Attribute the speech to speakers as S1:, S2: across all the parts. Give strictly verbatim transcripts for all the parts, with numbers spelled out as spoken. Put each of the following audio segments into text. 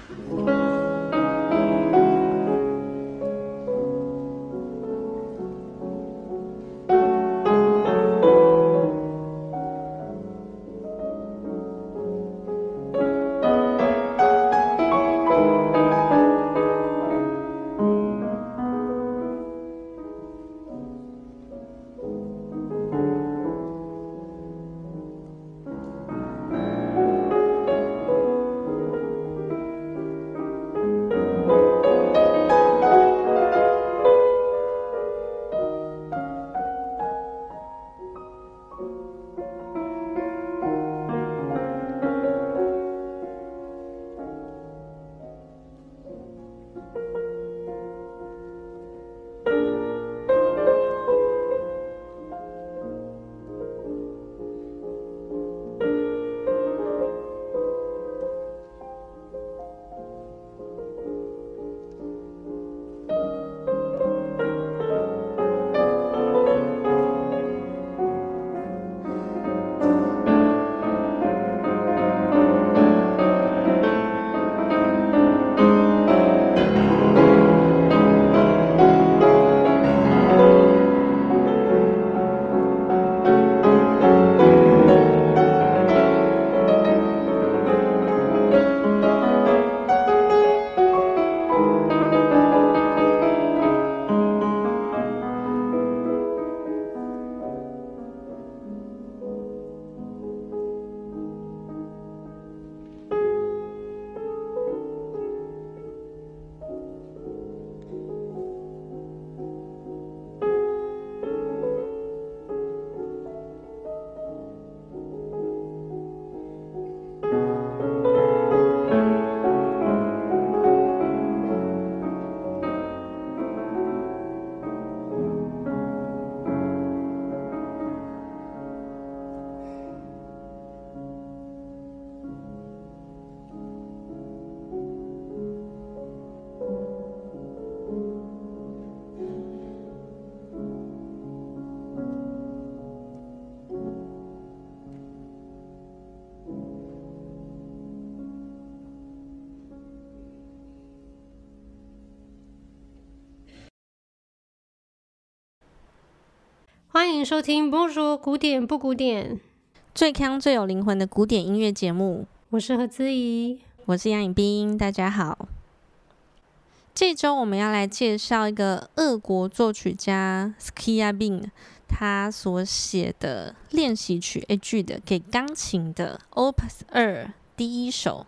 S1: 欢迎收听 Bonjour 古典不古典，
S2: 最鏘最有灵魂的古典音乐节目。
S1: 我是何姿怡，
S2: 我是杨颖冰，大家好。这周我们要来介绍一个俄国作曲家 Scriabin 他所写的练习曲 Etude 给钢琴的 Opus 二第一首。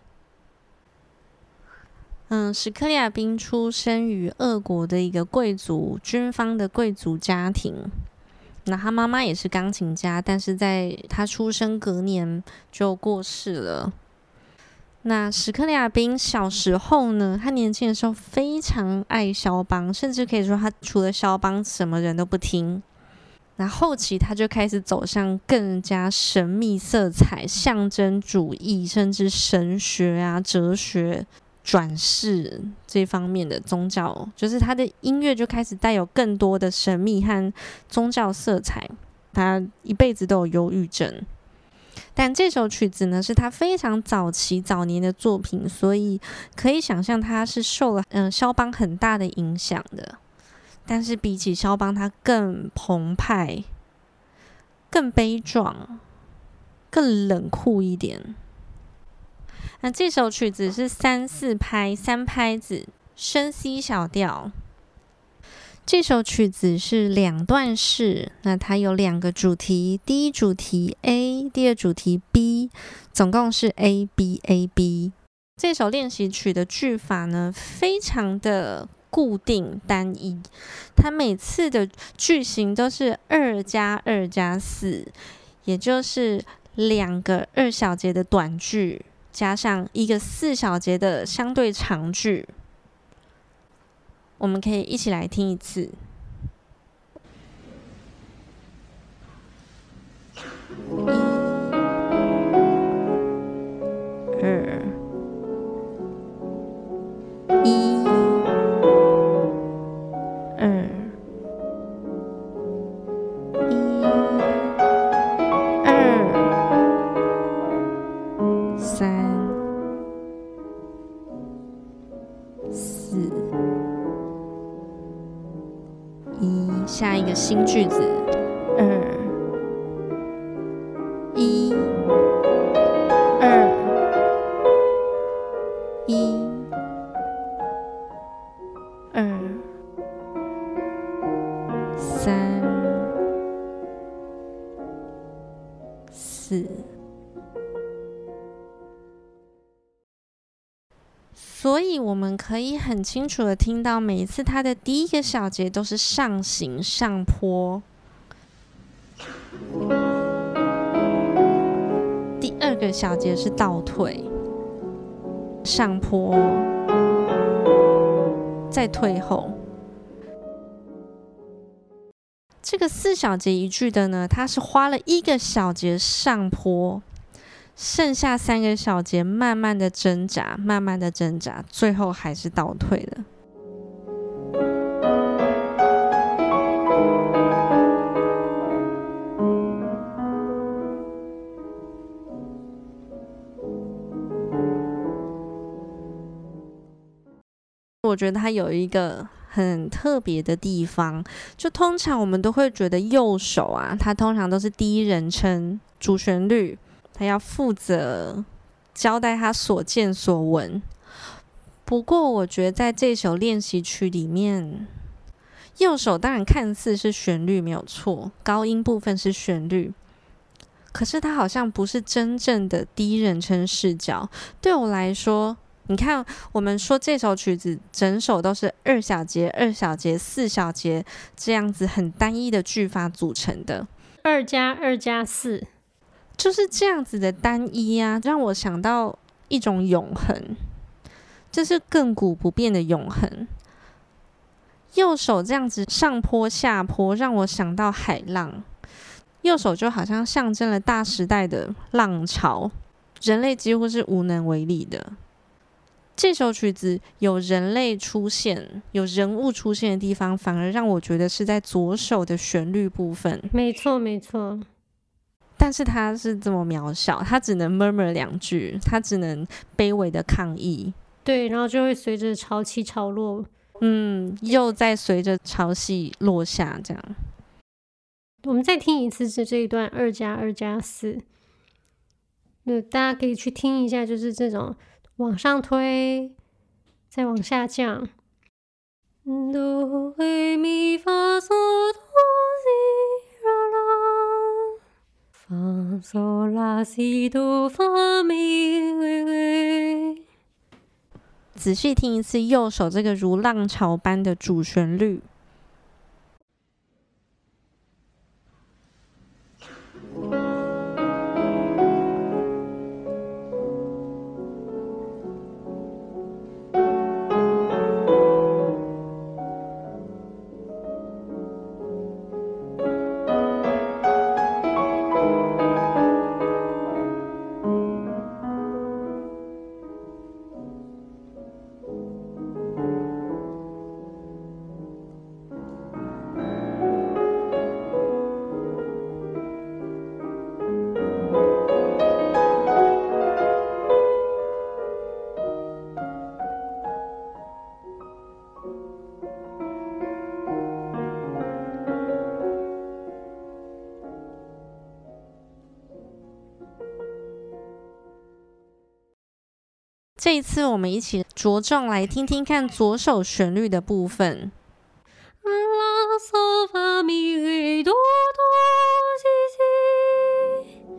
S2: 嗯，史克利亚宾出生于俄国的一个贵族军方的贵族家庭。那他妈妈也是钢琴家，但是在他出生隔年就过世了。那史克利亚宾小时候呢，他年轻的时候非常爱肖邦，甚至可以说他除了肖邦什么人都不听。那后期他就开始走向更加神秘色彩、象征主义，甚至神学啊、哲学、转世这方面的宗教，就是他的音乐就开始带有更多的神秘和宗教色彩。他一辈子都有忧郁症，但这首曲子呢是他非常早期早年的作品，所以可以想象他是受了嗯肖邦很大的影响的。但是比起肖邦，他更澎湃、更悲壮、更冷酷一点。那这首曲子是三四拍三拍子升 C 小调。这首曲子是两段式，那它有两个主题，第一主题 A， 第二主题 B， 总共是 A B A B。这首练习曲的句法呢，非常的固定单一，它每次的句型都是二加二加四，也就是两个二小节的短句加上一个四小节的相对长句。我们可以一起来听一次。一、二、一、二、一、二、三、 四一，下一个新句子，二一二一二三四。所以我们可以很清楚的听到，每一次它的第一个小节都是上行上坡，第二个小节是倒退上坡，再退后。这个四小节一句的呢，它是花了一个小节上坡，剩下三个小节慢慢的挣扎，慢慢的挣扎，最后还是倒退了。我觉得它有一个很特别的地方，就通常我们都会觉得右手啊，它通常都是第一人称主旋律，他要负责交代他所见所闻。不过我觉得在这首练习曲里面，右手当然看似是旋律没有错，高音部分是旋律，可是它好像不是真正的第一人称视角。对我来说，你看我们说这首曲子整首都是二小节二小节四小节这样子很单一的句法组成的，
S1: 二加二加四，
S2: 就是这样子的单一啊，让我想到一种永恒，这是亘古不变的永恒。右手这样子上坡下坡，让我想到海浪。右手就好像象征了大时代的浪潮，人类几乎是无能为力的。这首曲子有人类出现，有人物出现的地方，反而让我觉得是在左手的旋律部分。
S1: 没错没错，
S2: 但是他是这么渺小，他只能 murmur 两句，他只能卑微的抗议。
S1: 对，然后就会随着潮起潮落，
S2: 嗯，又再随着潮汐落下，这样。
S1: 我们再听一次是这一段二加二加四，那大家可以去听一下，就是这种往上推，再往下降。哆来咪发嗦哆西啦啦，发嗦拉西哆发咪瑞瑞。
S2: 仔细听一次右手这个如浪潮般的主旋律。这一次我们一起着重来听听看左手旋律的部分。
S1: 拉嗦发咪瑞哆哆西西，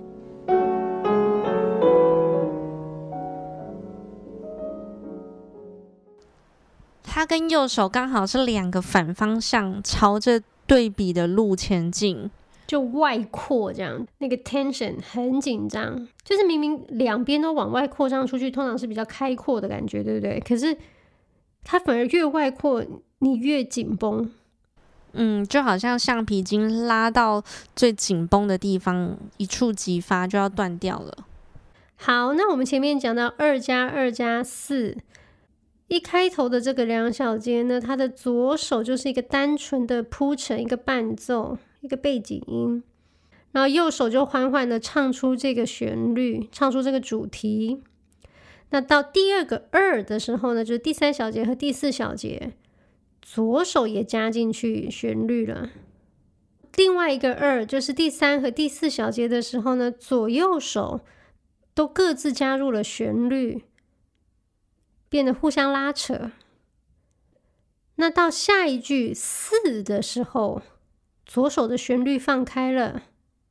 S2: 它跟右手刚好是两个反方向，朝着对比的路前进。
S1: 就外扩这样，那个 tension 很紧张，就是明明两边都往外扩张出去，通常是比较开阔的感觉，对不对？可是它反而越外扩，你越紧绷。
S2: 嗯，就好像橡皮筋拉到最紧绷的地方，一触即发就要断掉了。
S1: 好，那我们前面讲到二加二加四，一开头的这个两小节呢，它的左手就是一个单纯的铺陈，一个伴奏，一个背景音，然后右手就缓缓的唱出这个旋律，唱出这个主题。 那到第二个二的时候呢，就是第三小节和第四小节，左手也加进去旋律了。另外一个二就是第三和第四小节的时候呢，左右手都各自加入了旋律，变得互相拉扯。那到下一句四的时候，左手的旋律放开了。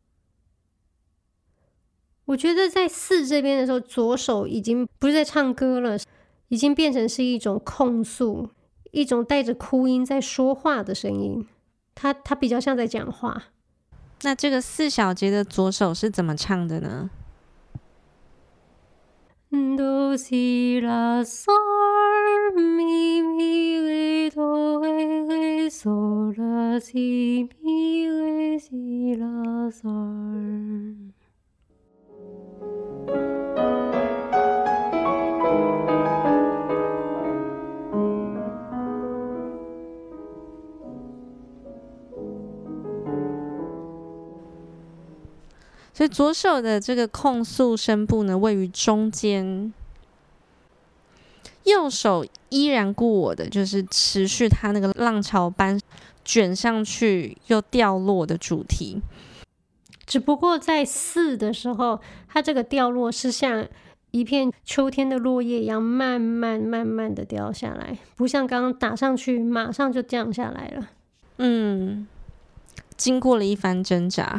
S1: 我觉得在四这边的时候，左手已经不是在唱歌了，已经变成是一种控诉，一种带着哭音在说话的声音，它它比较像在讲话。
S2: 那这个四小节的左手是怎么唱的呢？
S1: Do si la sol mi mi re do re re sol la si mi re si la sol。
S2: 所以左手的这个控诉声部呢，位于中间，右手依然故我的，就是持续它那个浪潮般卷上去又掉落的主题。
S1: 只不过在四的时候，它这个掉落是像一片秋天的落叶一样，慢慢慢慢的掉下来，不像刚刚打上去马上就降下来了。
S2: 嗯，经过了一番挣扎。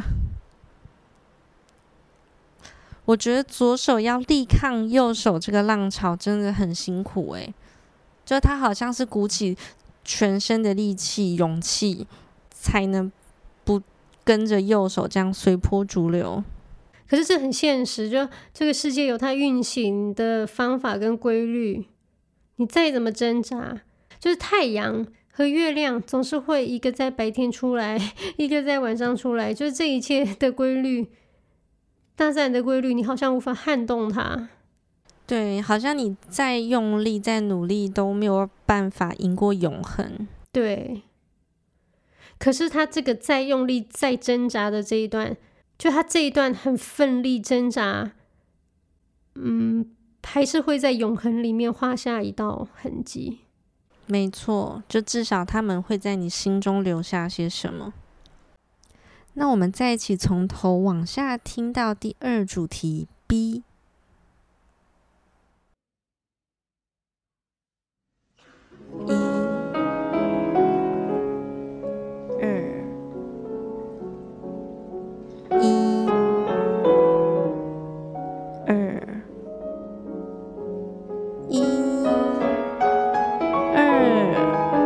S2: 我觉得左手要力抗右手这个浪潮真的很辛苦欸，就他好像是鼓起全身的力气勇气才能不跟着右手这样随波逐流。
S1: 可是这很现实，就这个世界有它运行的方法跟规律，你再怎么挣扎，就是太阳和月亮总是会一个在白天出来，一个在晚上出来，就是这一切的规律，大自然的规律，你好像无法撼动它。
S2: 对，好像你再用力再努力都没有办法赢过永恒。
S1: 对，可是他这个再用力再挣扎的这一段，就他这一段很奋力挣扎，嗯，还是会在永恒里面画下一道痕迹。
S2: 没错，就至少他们会在你心中留下些什么。那我们再一起从头往下听到第二主题 B。 一、二、一、二、一、二、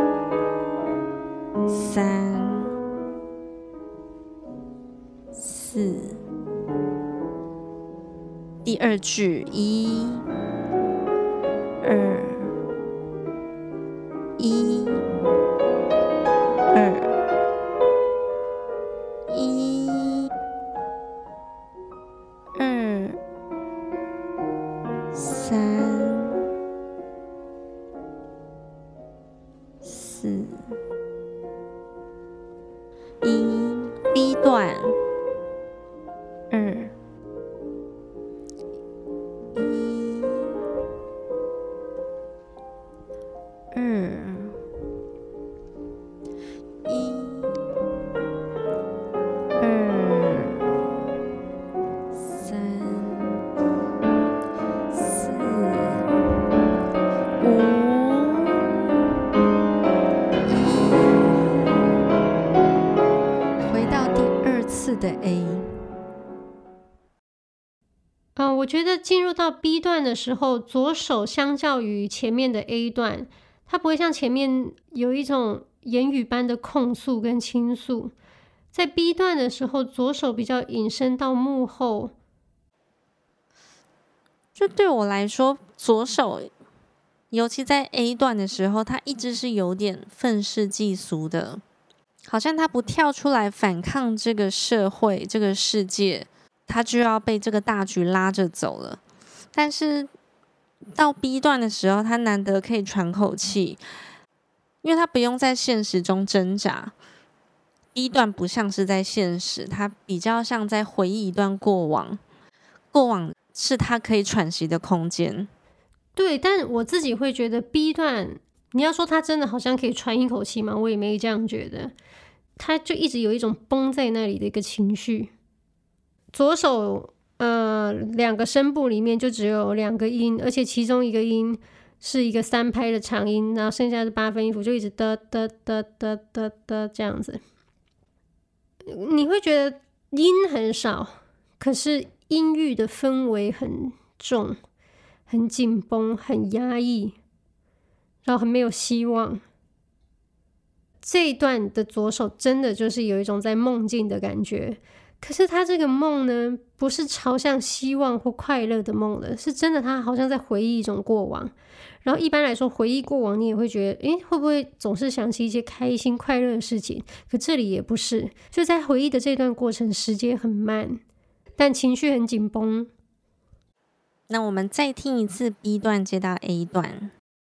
S2: 三、四，第二句一、二、一、二、一、二、三、四，一 B 段。二、一、二、一、二、三、四、五、一，回到第二次的 A。
S1: 嗯，我觉得进入到 B 段的时候，左手相较于前面的 A 段，它不会像前面有一种言语般的控诉跟倾诉。在 B 段的时候，左手比较隐身到幕后。
S2: 就对我来说，左手尤其在 A 段的时候，他一直是有点愤世嫉俗的，好像他不跳出来反抗这个社会这个世界，他就要被这个大局拉着走了。但是到 B 段的时候，他难得可以喘口气，因为他不用在现实中挣扎。B 段不像是在现实，他比较像在回忆一段过往，过往是他可以喘息的空间。
S1: 对，但我自己会觉得 B 段，你要说他真的好像可以喘一口气吗？我也没这样觉得，他就一直有一种绷在那里的一个情绪。左手呃两个声部里面就只有两个音，而且其中一个音是一个三拍的长音，然后剩下是八分音符，就一直哒哒哒哒哒哒这样子。你会觉得音很少，可是音域的氛围很重，很紧绷，很压抑，然后很没有希望。这一段的左手真的就是有一种在梦境的感觉，可是他这个梦呢，不是朝向希望或快乐的梦了，是真的他好像在回忆一种过往。然后一般来说回忆过往，你也会觉得诶，会不会总是想起一些开心快乐的事情，可这里也不是，就在回忆的这段过程时间很慢，但情绪很紧绷。
S2: 那我们再听一次 B 段接到 A 段。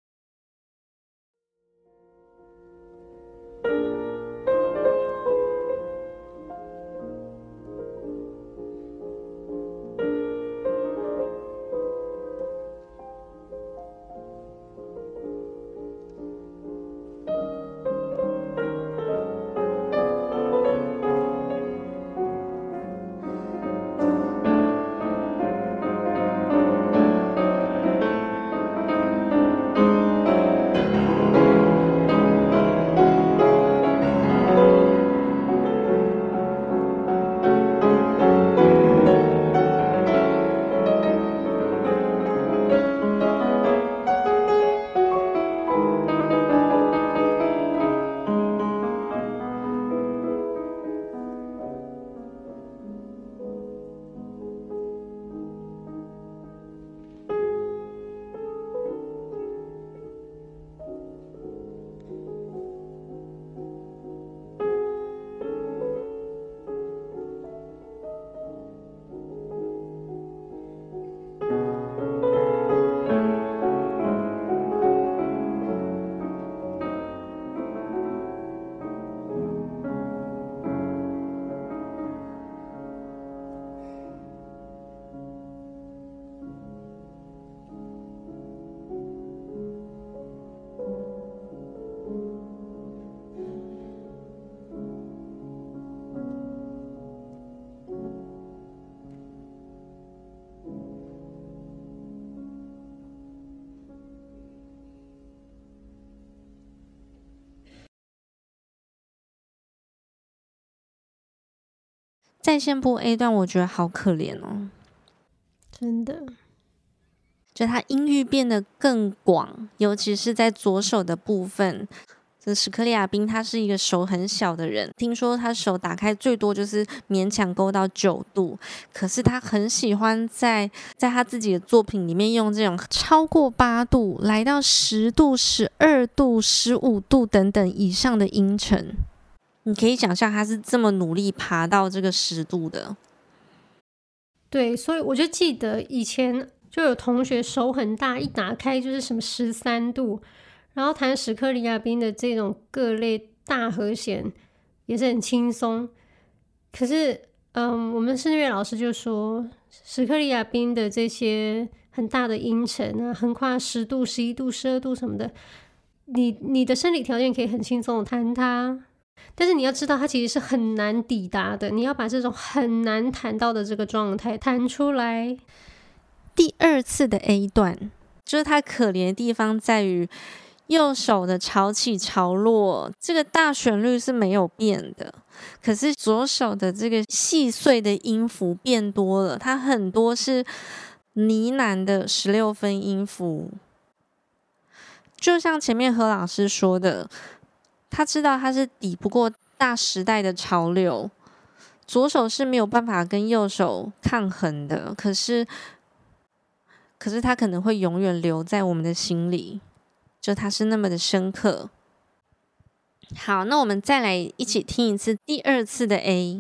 S2: 在线播 A 段，我觉得好可怜哦，
S1: 真的，
S2: 就他音域变得更广，尤其是在左手的部分。这史克利亚宾他是一个手很小的人，听说他手打开最多就是勉强勾到九度，可是他很喜欢在在他自己的作品里面用这种超过八度，来到十度、十二度、十五度等等以上的音程。你可以想象他是这么努力爬到这个十度的。
S1: 对，所以我就记得以前就有同学手很大，一打开就是什么十三度，然后弹史克里亚宾的这种各类大和弦也是很轻松。可是，嗯，我们声乐老师就说，史克里亚宾的这些很大的音程啊，横跨十度、十一度、十二度什么的，你你的生理条件可以很轻松的弹它。但是你要知道它其实是很难抵达的，你要把这种很难弹到的这个状态弹出来。
S2: 第二次的 A 段就是它可怜的地方在于右手的潮起潮落，这个大旋律是没有变的，可是左手的这个细碎的音符变多了，它很多是呢喃的十六分音符。就像前面何老师说的，他知道他是抵不过大时代的潮流，左手是没有办法跟右手抗衡的，可是可是他可能会永远留在我们的心里，就他是那么的深刻。好，那我们再来一起听一次第二次的 A。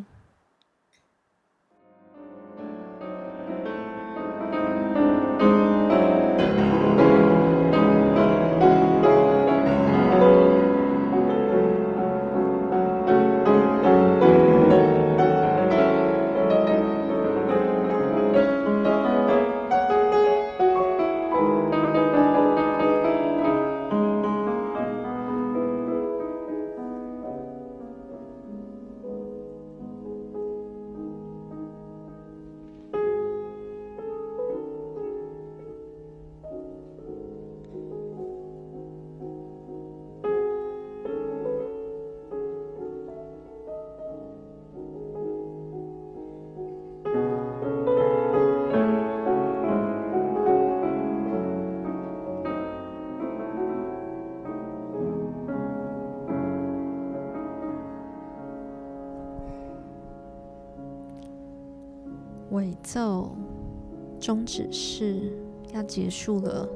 S2: 尾奏终止式要结束了。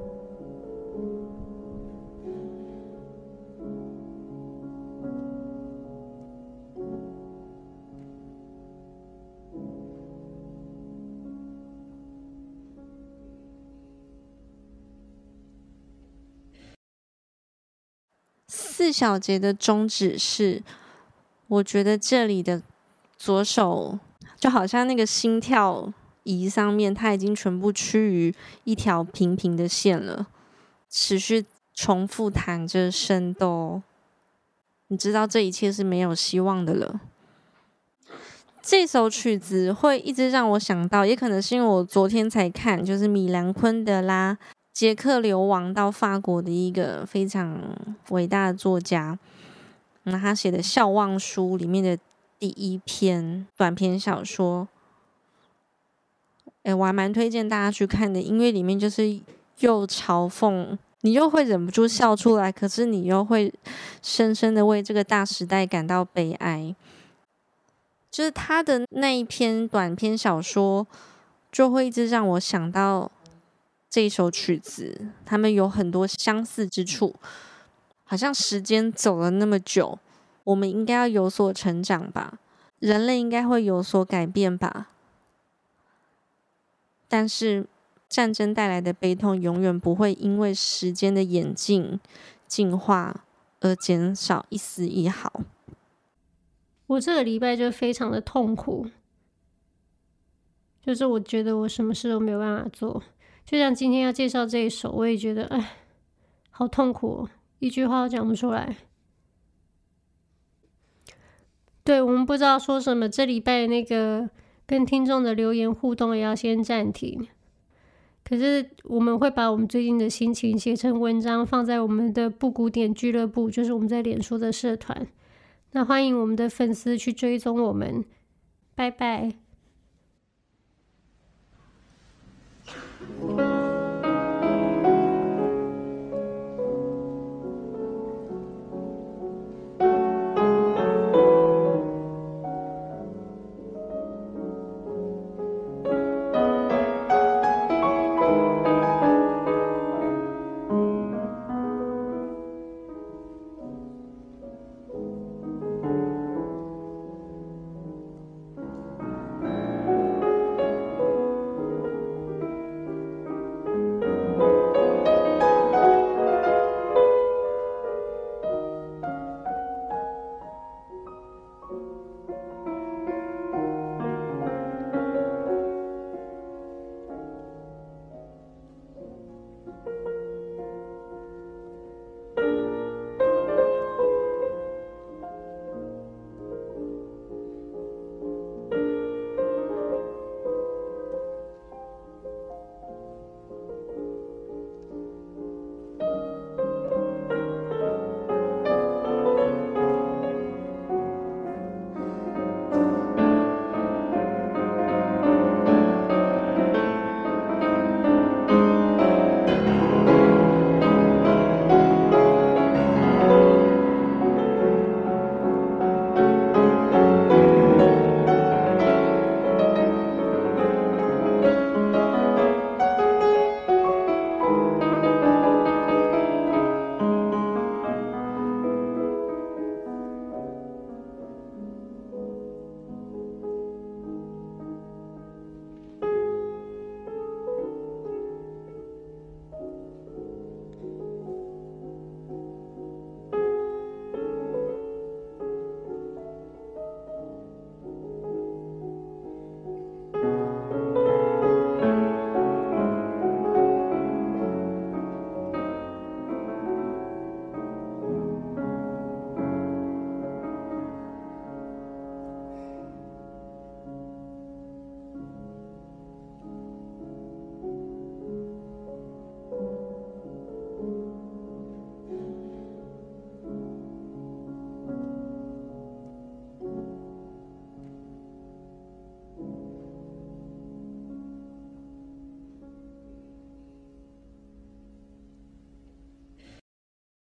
S2: 四小节的终止式，我觉得这里的左手就好像那个心跳仪上面，它已经全部趋于一条平平的线了，持续重复弹着升哆，你知道这一切是没有希望的了。这首曲子会一直让我想到，也可能是因为我昨天才看，就是米兰昆德拉，捷克流亡到法国的一个非常伟大的作家，那他写的《笑忘书》里面的第一篇短篇小说，欸、我还蛮推荐大家去看的，因为里面就是又嘲讽，你又会忍不住笑出来，可是你又会深深的为这个大时代感到悲哀。就是他的那一篇短篇小说，就会一直让我想到这一首曲子，他们有很多相似之处，好像时间走了那么久，我们应该要有所成长吧，人类应该会有所改变吧，但是战争带来的悲痛永远不会因为时间的演进进化而减少一丝一毫。
S1: 我这个礼拜就非常的痛苦，就是我觉得我什么事都没有办法做，就像今天要介绍这一首，我也觉得哎，好痛苦哦，一句话都讲不出来。对，我们不知道说什么，这礼拜那个跟听众的留言互动也要先暂停。可是我们会把我们最近的心情写成文章，放在我们的不古典俱乐部，就是我们在脸书的社团。那欢迎我们的粉丝去追踪我们，拜拜。